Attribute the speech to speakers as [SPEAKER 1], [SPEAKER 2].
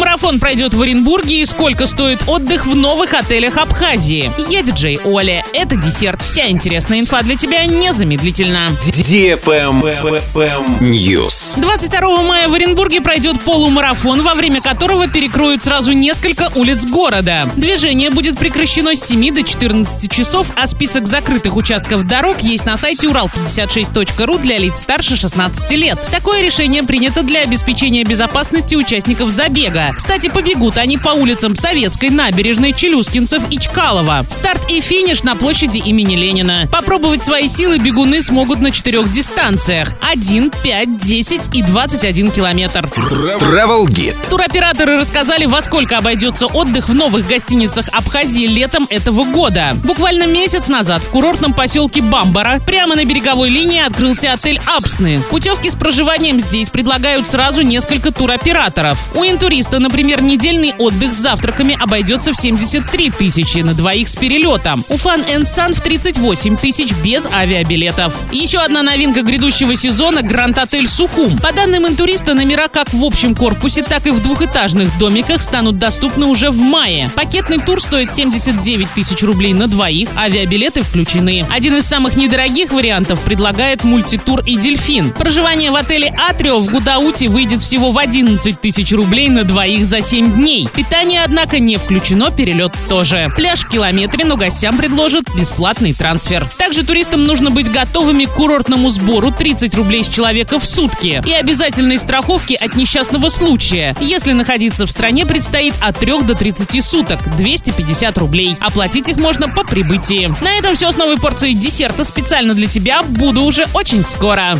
[SPEAKER 1] Полумарафон пройдет в Оренбурге и сколько стоит отдых в новых отелях Абхазии. Я диджей Оля. Это десерт. Вся интересная инфа для тебя незамедлительно.
[SPEAKER 2] News.
[SPEAKER 1] 22 мая в Оренбурге пройдет полумарафон, во время которого перекроют сразу несколько улиц города. Движение будет прекращено с 7 до 14 часов, а список закрытых участков дорог есть на сайте урал56.ру для лиц старше 16 лет. Такое решение принято для обеспечения безопасности участников забега. Кстати, побегут они по улицам Советской, Набережной, Челюскинцев и Чкалова. Старт и финиш на площади имени Ленина. Попробовать свои силы бегуны смогут на 4 дистанциях: 1, 5, 10 и 21 километр.
[SPEAKER 2] Travel Guide.
[SPEAKER 1] Туроператоры рассказали, во сколько обойдется отдых в новых гостиницах Абхазии летом этого года. Буквально месяц назад в курортном поселке Бамбара прямо на береговой линии открылся отель «Апсны». Путевки с проживанием здесь предлагают сразу несколько туроператоров. У интуриста, например, недельный отдых с завтраками обойдется в 73 тысячи на двоих с перелетом. У Fun & Sun в 38 тысяч без авиабилетов. Еще одна новинка грядущего сезона – Гранд-отель «Сухум». По данным интуриста, номера как в общем корпусе, так и в двухэтажных домиках станут доступны уже в мае. Пакетный тур стоит 79 тысяч рублей на двоих, авиабилеты включены. Один из самых недорогих вариантов предлагает мультитур и дельфин. Проживание в отеле «Атрио» в Гудауте выйдет всего в 11 тысяч рублей на двоих за 7 дней. Питание, однако, не включено, перелет тоже. Пляж в километре, но гостям предложат бесплатный трансфер. Также туристам нужно быть готовыми к курортному сбору 30 рублей с человека в сутки и обязательной страховки от несчастного случая. Если находиться в стране предстоит от 3 до 30 суток, 250 рублей. Оплатить их можно по прибытии. На этом все с новой порцией десерта специально для тебя. Буду уже очень скоро.